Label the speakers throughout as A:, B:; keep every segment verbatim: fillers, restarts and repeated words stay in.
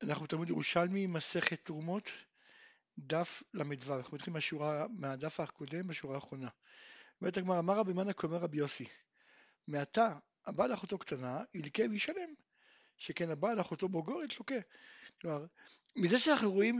A: אנחנו תלמוד ירושלמי, מסכת תרומות, דף ל"ו. אנחנו מתחילים מהשורה, מהדף הקודם בשורה האחרונה. אומרת הגמרא, אמר רבי מנא כאומר רבי יוסי, מעתה הבעל אחותו קטנה ילקה וישלם, שכן הבעל אחותו בוגרת לוקה. כלומר, מזה שאנחנו רואים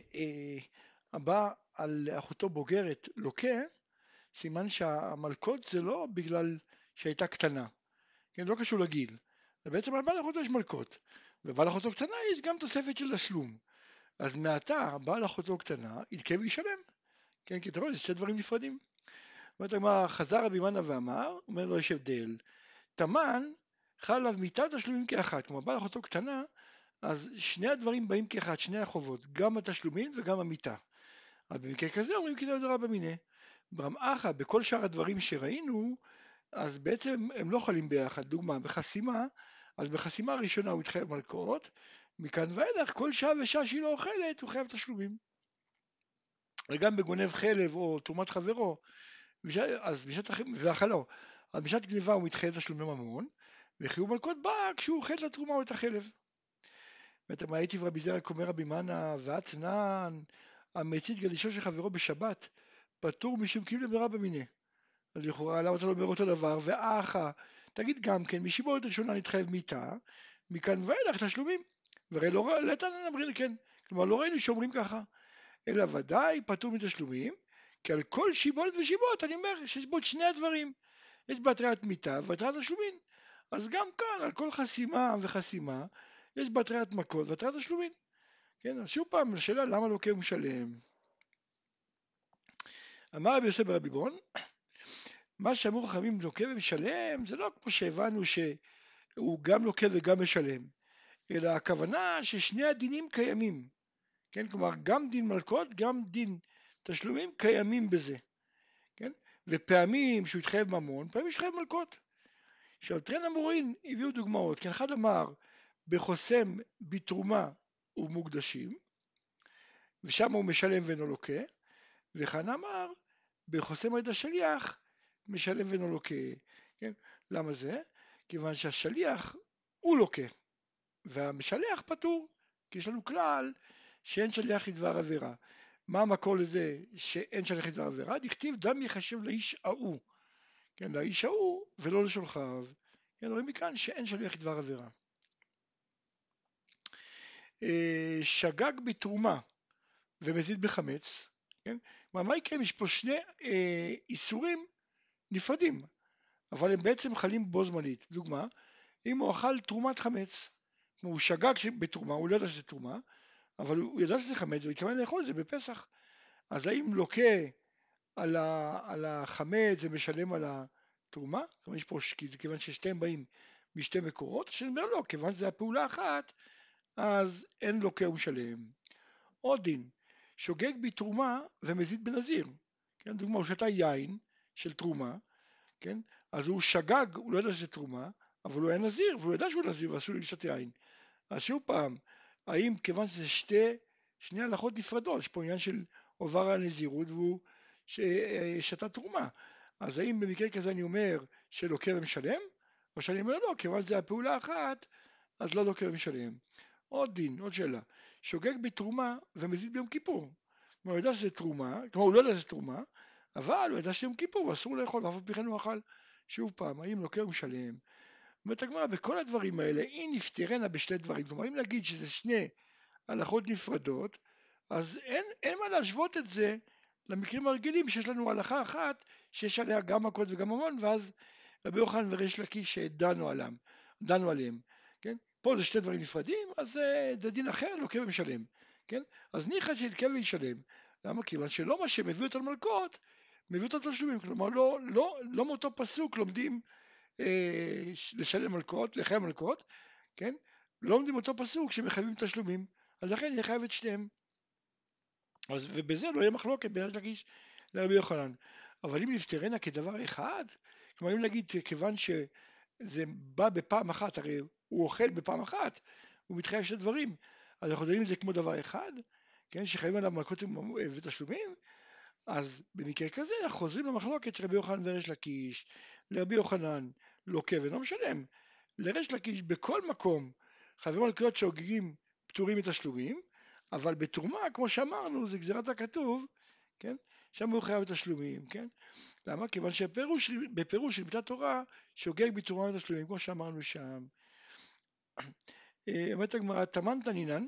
A: שהבעל אחותו בוגרת לוקה, סימן שהמלקות זה לא בגלל שהייתה קטנה, כן, לא קשור לגיל. זה בעצם על בעל אחותו יש מלקות, ובעל אחותו קטנה יש גם תוספת של תשלום. אז מעתה בעל אחותו קטנה ילקה וישלם, כן, כי אתה רואה, זה שתי דברים נפרדים. אומרת הגמרא, חזר רבי מנא ואמר, אומר לו יש הבדל, תמן חל עליו מיתת תשלומים כאחת, כלומר בעל אחותו קטנה, אז שני הדברים באים כאחד, שני החובות, גם התשלומים וגם המיתה. אז במקרה כזה אומרים כדאי דרבא מיניה. ברמ"ח, בכל שאר הדברים שראינו, אז בעצם הם לא חלים ביחד. דוגמה, בחסימה, אז בחסימה הראשונה הוא התחייב מלקות, מכאן ואילך כל שעה ושעה שהיא לא אוכלת הוא חייב תשלומים. וגם בגונב חלב או תרומת חברו, אז בשעת ואכלו, אז בשעת גניבה הוא מתחייב תשלומי ממון, וחיוב מלקות בא כשהוא אוכל את התרומה או את החלב. ואתה הייתי רבי זרע כאומר רבי מנא ואתנן, המצית גדישו של חברו בשבת, פטור משום קיום דרבא מיניה. אז לכאורה למה אתה לא אומר אותו דבר, ואחה, תגיד גם כן, משיבולת ראשונה נתחייב מיתה, מכאן ואילך תשלומים. והרי לא לתנן אמרין כן, כלומר לא ראינו שאומרים ככה, אלא ודאי פטור מתשלומים, כי על כל שיבולת ושיבולת אני אומר שיש בו את שני הדברים, יש בהתריית מיתה והתריית תשלומים. אז גם כאן על כל חסימה וחסימה, יש בהתריית מכות והתריית תשלומים. כן, אז שוב פעם, השאלה למה לוקה ומשלם. אמר רבי יוסף ברבי בון, מה שאמרו חכמים לוקה ומשלם, זה לא כמו שהבנו שהוא גם לוקה וגם משלם, אלא הכוונה ששני הדינים קיימים. כן, כלומר, גם דין מלקות, גם דין תשלומים קיימים בזה. כן, ופעמים שהוא התחייב ממון, פעמים התחייב מלקות. עכשיו, טרן המורין הביאו דוגמאות, כן, אחד אמר, בחוסם בתרומה ובמוקדשים, ושם הוא משלם ואינו לוקה, וכאן אמר, בחוסם על ידי השליח, משלם ואינו לוקה. כן? למה זה? כיוון שהשליח הוא לוקה, והמשלח פטור, כי יש לנו כלל שאין שליח לדבר עבירה. מה המקור לזה שאין שליח לדבר עבירה? דכתיב דם יחשב לאיש ההוא, כן, לאיש ההוא ולא לשולחיו. כן, רואים מכאן שאין שליח לדבר עבירה. שגג בתרומה ומזיד בחמץ, כן? מה יקרה? יש פה שני אה, איסורים נפרדים, אבל הם בעצם חלים בו זמנית. דוגמה, אם הוא אכל תרומת חמץ, הוא שגג בתרומה, הוא לא ידע שזה תרומה, אבל הוא ידע שזה חמץ והתכוון לאכול את זה בפסח. אז האם לוקה על, ה, על החמץ ומשלם על התרומה? זאת אומרת, יש פה, כיוון ששתיהם באים משתי מקורות, שאני אומר לא, כיוון שזה הפעולה אחת, אז אין לוקה ומשלם. עוד דין, שוגג בתרומה ומזיד בנזיר. כן, דוגמה, הוא שתה יין של תרומה, כן, אז הוא שגג, הוא לא ידע שזה תרומה, אבל הוא היה נזיר, והוא ידע שהוא נזיר ואסור לי לשתות יין. אז שוב פעם, האם כיוון שזה שתי, שני הלכות נפרדות, יש פה עניין של עובר הנזירות והוא שתה תרומה, אז האם במקרה כזה אני אומר שלוקה ומשלם, או שאני אומר לא, כיוון שזה הפעולה אחת, אז לא לוקה ומשלם. עוד דין, עוד שאלה, שוגג בתרומה ומזיד ביום כיפור. כלומר, הוא ידע שזה תרומה, כלומר הוא לא ידע שזה תרומה, אבל הוא ידע שזה יום כיפור ואסור לאכול, ואף על פי כן הוא אכל. שוב פעם, האם לוקה ומשלם? אומרת הגמרא, בכל הדברים האלה, אם נפטרנה בשני דברים, כלומר, אם נגיד שזה שני הלכות נפרדות, אז אין, אין מה להשוות את זה למקרים הרגילים שיש לנו הלכה אחת, שיש עליה גם מכות וגם ממון, ואז רבי יוחנן וריש לקיש דנו עליהם, דנו עליהם, כן? פה זה שני דברים נפרדים, אז זה דין אחר, לוקה ומשלם, כן? אז ניחא שילקה וישלם. למה? כיוון שלא מה שמביא אותנו מלקות, מביא אותנו תשלומים, כלומר לא, לא, לא מאותו פסוק לומדים אה, לשלם מלקות, לחייב מלקות, כן? לא לומדים אותו פסוק שמחייבים תשלומים, אז לכן יהיה חייב את שניהם. אז, ובזה לא יהיה מחלוקת בין ריש לקיש לרבי יוחנן. אבל אם נפטרנה כדבר אחד, כלומר אם נגיד כיוון שזה בא בפעם אחת, הרי הוא אוכל בפעם אחת, הוא מתחייב שני דברים, אז אנחנו יודעים את זה כמו דבר אחד, כן, שחייבים עליו מלקות ותשלומים, אז במקרה כזה אנחנו חוזרים למחלוקת של רבי יוחנן וריש לקיש. לרבי יוחנן לוקה ואינו משלם, לריש לקיש בכל מקום חייבים מלקות שהוגגים פטורים מתשלומים, אבל בתרומה, כמו שאמרנו, זה גזירת הכתוב, כן? שם הוא חייב תשלומים, כן? למה? כיוון שבפירוש בפירוש של מצוות תורה שוגג בתרומה מתשלומים, כמו שאמרנו שם. אומרת הגמרא, תמן תנינן,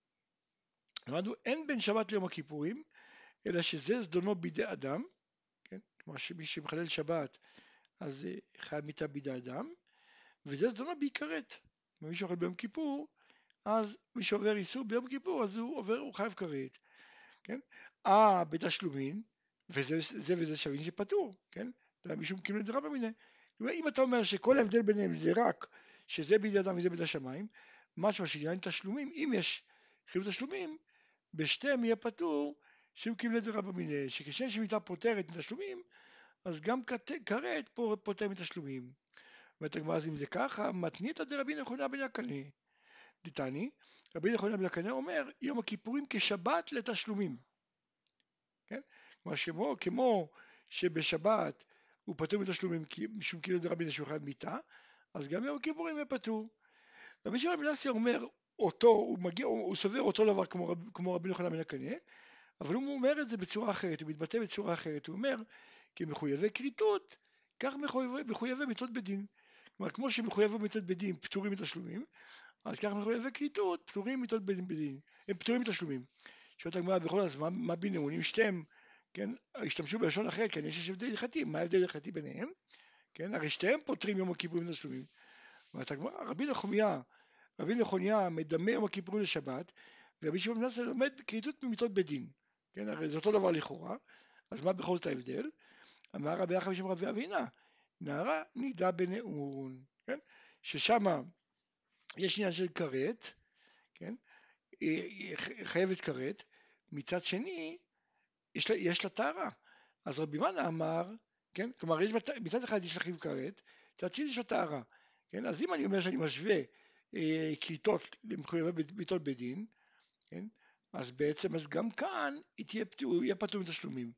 A: למדנו, אין בין שבת ליום הכיפורים, אלא שזה זדונו בידי אדם, כן? כלומר שמי שמחלל שבת, אז חייב מיתה בידי אדם, וזה זדונו בעיקרת. ומי שאוכל ביום כיפור, אז מי שעובר איסור ביום כיפור, אז הוא עובר, הוא חייב כרת, כן? אה, בתשלומים, וזה זה וזה שווים שפטור, כן? משום כאילו דרבא מיניה. אם אתה אומר שכל ההבדל ביניהם זה רק שזה בידי אדם וזה בידי השמיים, משמע שעניין תשלומים, אם יש חיוב תשלומים, בשתיהם יהיה פטור שהוא כאילו דרבא מיניה, שכשם שמיתה פוטרת מתשלומים, אז גם כרת פוטר מתשלומים. אומרת הגמרא, אז אם זה ככה, מתנית דרבי נחונא בן יקנא. דתני, רבי נחונא בן יקנא אומר, יום הכיפורים כשבת לתשלומים. כן? כלומר, שמו, כמו שבשבת הוא פטור מתשלומים משום כאילו דרבי נחונא שהוא חייב מיתה, אז גם יום הכיפורים יהיה פטור. רבי שמעון בן מנסיה אומר אותו, הוא מגיע, הוא סובר אותו דבר כמו, רב, כמו רבי נחונא בן יקנא, אבל הוא אומר את זה בצורה אחרת, הוא מתבטא בצורה אחרת, הוא אומר, כמחויבי כריתות, כך מחויבי, מחויבי מיתות בדין. כלומר, כמו שמחויבי מיתות בדין פטורים מתשלומים, אז כך מחויבי כריתות פטורים מיתות בדין, הם פטורים מתשלומים. שואלת הגמרא בכל הזמן, מה בינם, אם שתיהם, כן, השתמשו בלשון אחרת, כן, יש הבדל הלכתי, מה ההבדל הלכתי ביניהם? כן, הרי שתיהם פוטרים יום הכיפורים מתשלומים. אומרת הגמרא, רבי נחוניה, רבי נחוניה מדמה יום הכיפורים לשבת, ורבי שמעון בן מנסיה לומד כריתות ממיתות בדין. כן, הרי זה אותו דבר לכאורה, אז מה בכל זאת ההבדל? אמר רבי יחיא בשם רבי אבינה, נערה נידה בנאון, כן, ששם יש עניין של כרת, כן, היא חייבת כרת, מצד שני יש לה, יש לה טהרה, אז רבי מנה אמר, כן, כלומר יש, מצד אחד יש לה חיוב כרת, מצד שני יש לה טהרה, כן, אז אם אני אומר שאני משווה אה, כריתות למחויבי מיתות בדין, כן, אז בעצם אז גם כאן יהיה, יהיה פטור מתשלומים,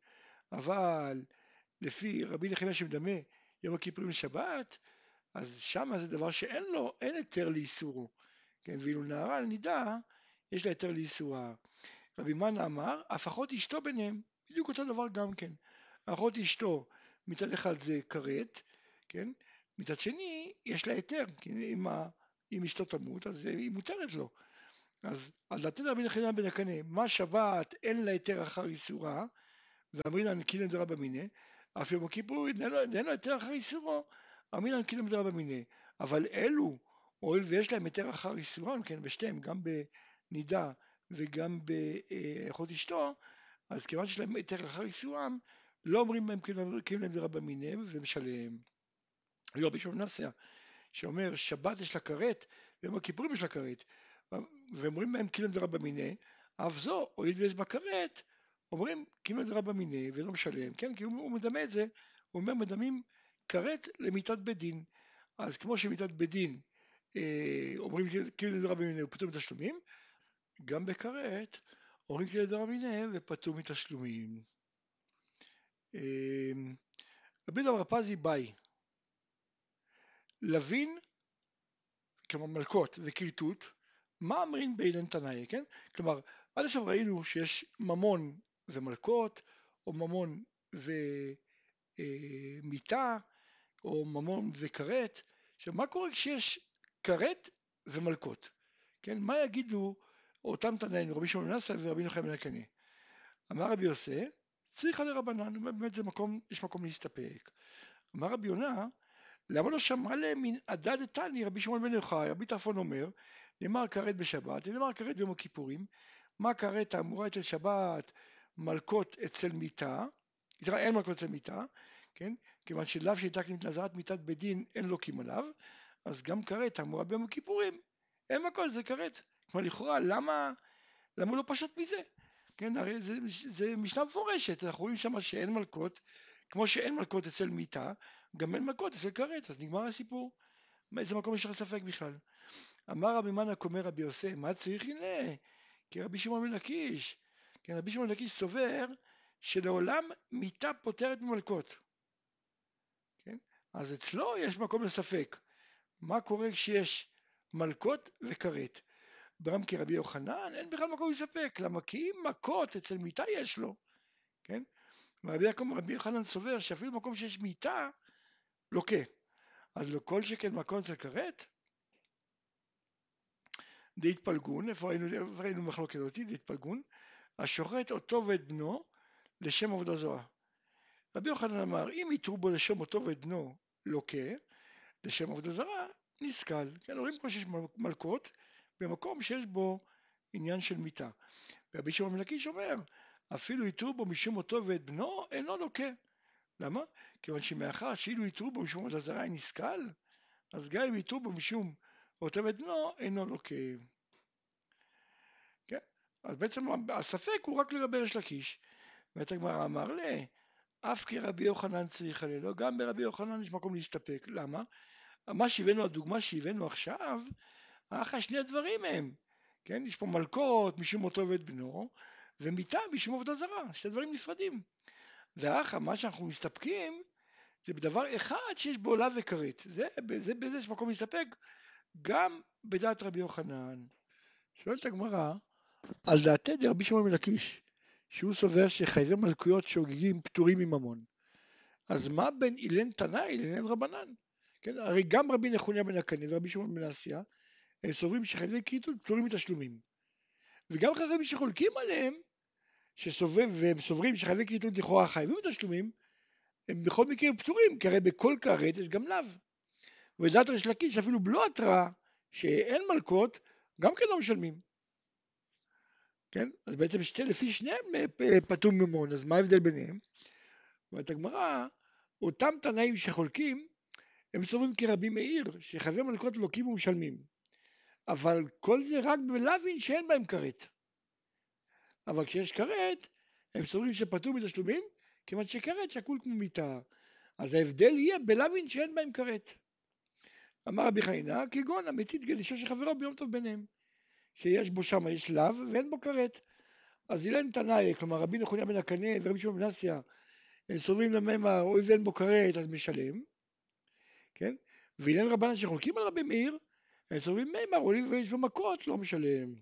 A: אבל לפי רבי נחמיה שמדמה יום הכיפורים לשבת, אז שם זה דבר שאין לו, אין היתר לאיסורו, כן, ואילו נערה על נידה, יש לה היתר לאיסורה. רבי מנה אמר, אף אחות אשתו ביניהם, בדיוק אותו דבר גם כן. אחות אשתו, מצד אחד זה כרת, כן, מצד שני, יש לה היתר, כן, אם, ה, אם אשתו תמות, אז היא מותרת לו. אז על דתת רבי נחמיה בן יקנא, מה שבת אין לה היתר אחר איסורה, ואמרינן קילן דרבא מיניה, אף יום הכיפור אין לו היתר אחר איסורו, אמרינן קילן דרבא מיניה, אבל אלו, הואיל ויש להם היתר אחר איסורם, כן, בשתיהם, גם בנידה וגם באחות אשתו, אז כיוון שיש להם היתר אחר איסורם, לא אומרים להם קילן דרבא מיניה ומשלם. לא רבי שמעון בן מנסיה, שאומר שבת יש לה כרת, ויום הכיפורים יש לה כרת, ואומרים להם קילן דרבא מיניה, אף זו, הואיל ויש בה כרת, אומרים קילן דרבא מיניה ולא משלם, כן, כי הוא, הוא מדמה את זה, הוא אומר מדמים כרת למיתת בית דין, אז כמו שמיתת בית דין אה, אומרים קילן דרבא מיניה ופטור מתשלומים, גם בכרת אומרים קילן דרבא מיניה ופטור מתשלומים. אה, רבי דבר פזי באי, לוין, כלומר מלקות וכריתות, מה אמרין באילן תנאי, כן? כלומר, עד עכשיו ראינו שיש ממון ומלקות, או ממון ומיטה, או ממון וכרת. עכשיו, מה קורה כשיש כרת ומלקות? כן? מה יגידו אותם תנאים, רבי שמעון בן מנסיה ורבי נחמיה בן יקנא? אמר רבי יוסי, צריכה לרבנן, באמת זה מקום, יש מקום להסתפק. אמר רבי יונה, למה לא שמע להם מן עדה דתני רבי שמעון בן יוחאי, רבי טרפון אומר, נאמר כרת בשבת, נאמר כרת ביום הכיפורים, מה כרת האמורה אצל שבת, מלקות אצל מיתה, אין מלקות אצל מיתה, כן? כיוון שלאו שניתק נזרת מיתת בית דין אין לוקים עליו, אז גם כרת האמורה ביום הכיפורים, אין מלקות, זה כרת. כלומר לכאורה, למה, למה הוא לא פשט מזה? כן, הרי זה, זה משנה מפורשת, אנחנו רואים שם שאין מלקות, כמו שאין מלקות אצל מיתה, גם אין מלקות אצל כרת, אז נגמר הסיפור. איזה מקום יש לך ספק בכלל? אמר רבי מנה קומר רבי יוסי, מה צריך הנה? כי רבי שמעון בן לקיש, כן, רבי שמעון בן לקיש סובר שלעולם מיתה פותרת ממלקות. כן? אז אצלו יש מקום לספק. מה קורה כשיש מלקות וכרת? ברם כרבי יוחנן, אין בכלל מקום לספק, למה כי אם מכות אצל מיטה יש לו, כן? רבי, רבי יוחנן סובר שאפילו מקום שיש מיטה, לוקה. אז לא כל שכן מכות אצל כרת, די התפלגון, איפה ראינו, איפה ראינו מחלוקת אותי, די התפלגון, השוחט אותו ואת בנו לשם עבודה זרה. רבי יוחנן אמר, אם יתרו בו לשם אותו ואת בנו לוקה, לשם עבודה זרה, נסכל. כן, רואים פה שיש מלכות במקום שיש בו עניין של מיטה. ורבי שמעון בן לקיש אומר, אפילו יתרו בו משום אותו ואת בנו, אינו לוקה. למה? כיוון שמאחר שאילו יתרו בו משום עבודה זרה נסכל, אז גם אם יתרו בו משום אותו ואת בנו, אינו לוקה. כן? אז בעצם הספק הוא רק לגבי ריש לקיש. ואת הגמרא אמר לה, אף כרבי יוחנן צריך הללו, גם ברבי יוחנן יש מקום להסתפק. למה? מה שהבאנו, הדוגמה שהבאנו עכשיו, אחרי שני הדברים הם, כן? יש פה מלכות משום אותו ואת בנו, ומיטה משום עבודה זרה, שני דברים נפרדים. ואחר, מה שאנחנו מסתפקים, זה בדבר אחד שיש בו עולה וכרת. זה, זה, בזה יש מקום להסתפק, גם בדעת רבי יוחנן. שואלת הגמרא, על דעתי דרבי שמעון בן לקיש, שהוא סובר שחייבי מלכויות שוגגים פטורים מממון. אז מה בין אילן תנאי לאילן רבנן? כן, הרי גם רבי נחוניה בן הקנה ורבי שמעון בן אסיה, הם סוברים שחייבי כריתות פטורים מתשלומים. וגם חכמים שחולקים עליהם, שסובר, והם סוברים שחייבי כריתות לכאורה חייבים מתשלומים, הם בכל מקרה פטורים, כי הרי בכל כרת יש גם לאו. ודעת ריש לקיש אפילו בלא התראה שאין מלכות, גם כן לא משלמים. כן? אז בעצם שתי, לפי שניהם פטור מממון, אז מה ההבדל ביניהם? ואת הגמרא, אותם תנאים שחולקים, הם סוברים כרבי מאיר, שחייבי מלכות לוקים ומשלמים. אבל כל זה רק בלאווין שאין בהם כרת. אבל כשיש כרת, הם סוברים שפטור מתשלומים, כיוון שכרת שקול כמו מיטה. אז ההבדל יהיה בלאווין שאין בהם כרת. אמר רבי חנינא, כגון המצית גדישו של חברו ביום טוב ביניהם. שיש בו שם, יש לאו ואין בו כרת. אז אילן תנאי, כלומר רבי נחוניה בן הקנה ורבי שמעון בן אסיה, הם סוברים למימר, אוי ואין בו כרת, אז משלם. כן? ואילן רבנן שחולקים על רבי מאיר, הם סוברים מימר, אוי ויש בו מכות, לא משלם.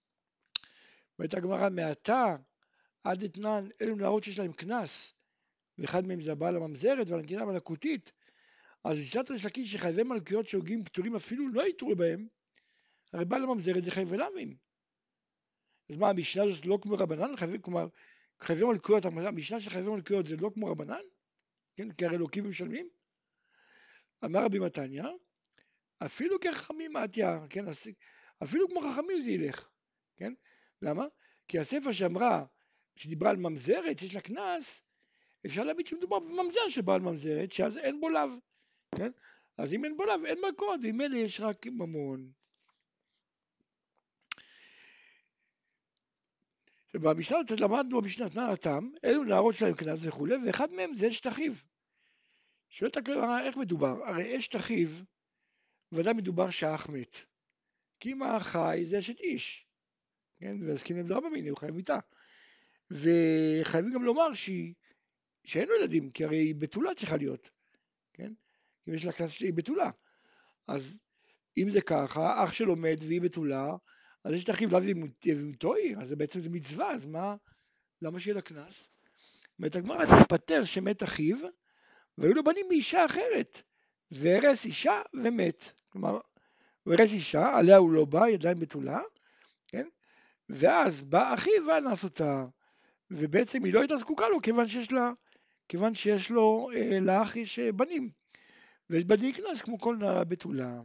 A: והייתה גמרא מעתה עד אתנן, אלו נערות שיש להם כנס, ואחד מהם זה הבעל הממזרת והנתינה המלכותית, אז בשיטת ריש לקיש שחייבי מלכויות שהוגים פטורים אפילו לא יתרו בהם, הרי בעל הממזרת זה חייבי לאווים. אז מה, המשנה הזאת לא כמו רבנן? חייבי, כלומר, חייבי מלכויות, המשנה של חייבי מלכויות זה לא כמו רבנן? כן, כי הרי לוקים ומשלמים? אמר רבי מתניא, אפילו כחכמים מעטיה, כן, אפילו כמו חכמים זה ילך, כן? למה? כי הספר שאמרה, שדיברה על ממזרת, שיש לה כנס, אפשר להבין שמדובר בממזר שבא על ממזרת, שאז אין בו לאו, כן? אז אם אין בו לאו, אין מכות, ואם אלה יש רק ממון. ובמשנה הזאת למדנו במשנה תנא התם, אלו נערות שלהם כנס וכו', ואחד מהם זה אשת אחיו. שואלת הגמרא, איך מדובר? הרי אשת אחיו, ודאי מדובר שאח מת. כי אם האח חי זה אשת איש. כן? ועסקים להם דרבא מיני, הוא חי מיתה. וחייבים גם לומר שהיא, שאין לו ילדים, כי הרי היא בתולה צריכה להיות. כן? אם יש לה כנס שהיא בתולה. אז אם זה ככה, אח שלו מת והיא בתולה, אז אשת אחיו לאו ומתוי, אז זה בעצם זה מצווה, אז מה, למה שיהיה לה כנס? אומרת הגמרא, תפטר שמת אחיו, והיו לו בנים מאישה אחרת, והרס אישה ומת. כלומר, הוא הרס אישה, עליה הוא לא בא, ידיים בתולה, כן? ואז בא אחיו ואנס אותה, ובעצם היא לא הייתה זקוקה לו, כיוון שיש לה, כיוון שיש לו, אה, לאח יש בנים, ויש בנים כנס כמו כל נערה בתולה.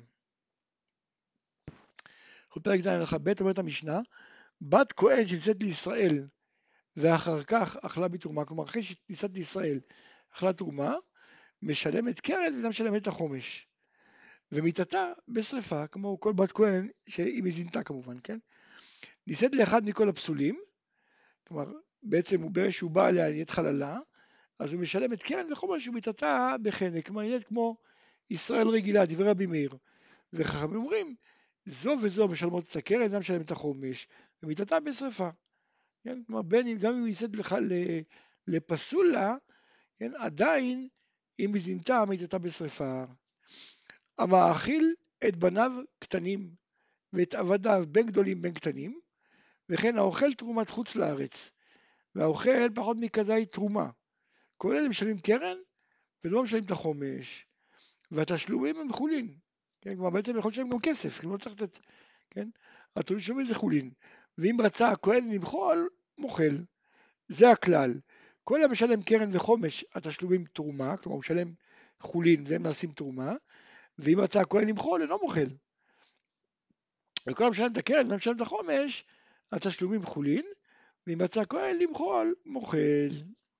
A: פרק ז' הלכה ב' אומרת המשנה, בת כהן שנמצאת לישראל, ואחר כך אכלה בתרומה, כלומר אחרי שנישאת לישראל אכלה תרומה, משלמת קרן וגם משלמת את החומש. ומיתתה בשריפה, כמו כל בת כהן שהיא מזינתה כמובן, כן? נישאת לאחד מכל הפסולים, כלומר בעצם הוא ברגע שהוא בא עליה נהיית חללה, אז הוא משלם את קרן וחומש ומיתתה בחנק, כלומר נהיית כמו ישראל רגילה, דברי רבי מאיר. וחכמים אומרים, זו וזו משלמות את הקרן וגם משלמת את החומש, ומיתתה בשריפה. כן? כלומר בין אם גם אם היא נישאת לך לפסולה, כן? עדיין אם היא זינתה מיתתה בשריפה. המאכיל את בניו קטנים ואת עבדיו בין גדולים בין קטנים, וכן האוכל תרומת חוץ לארץ, והאוכל פחות מכזית תרומה. כל אלה משלמים קרן ולא משלמים את החומש, והתשלומים הם חולין, כן? כלומר בעצם יכול לשלם גם כסף, כי לא צריך לתת, כן? התשלומים זה חולין, ואם רצה הכהן למחול, מוחל, זה הכלל. כל המשלם קרן וחומש, התשלומים תרומה, כלומר הוא משלם חולין והם נעשים תרומה, ואם רצה הכהן למחול, אינו מוחל. וכל המשלם את הקרן ומשלם את החומש, התשלומים חולין, ואם רצה הכהן למחול, מוחל.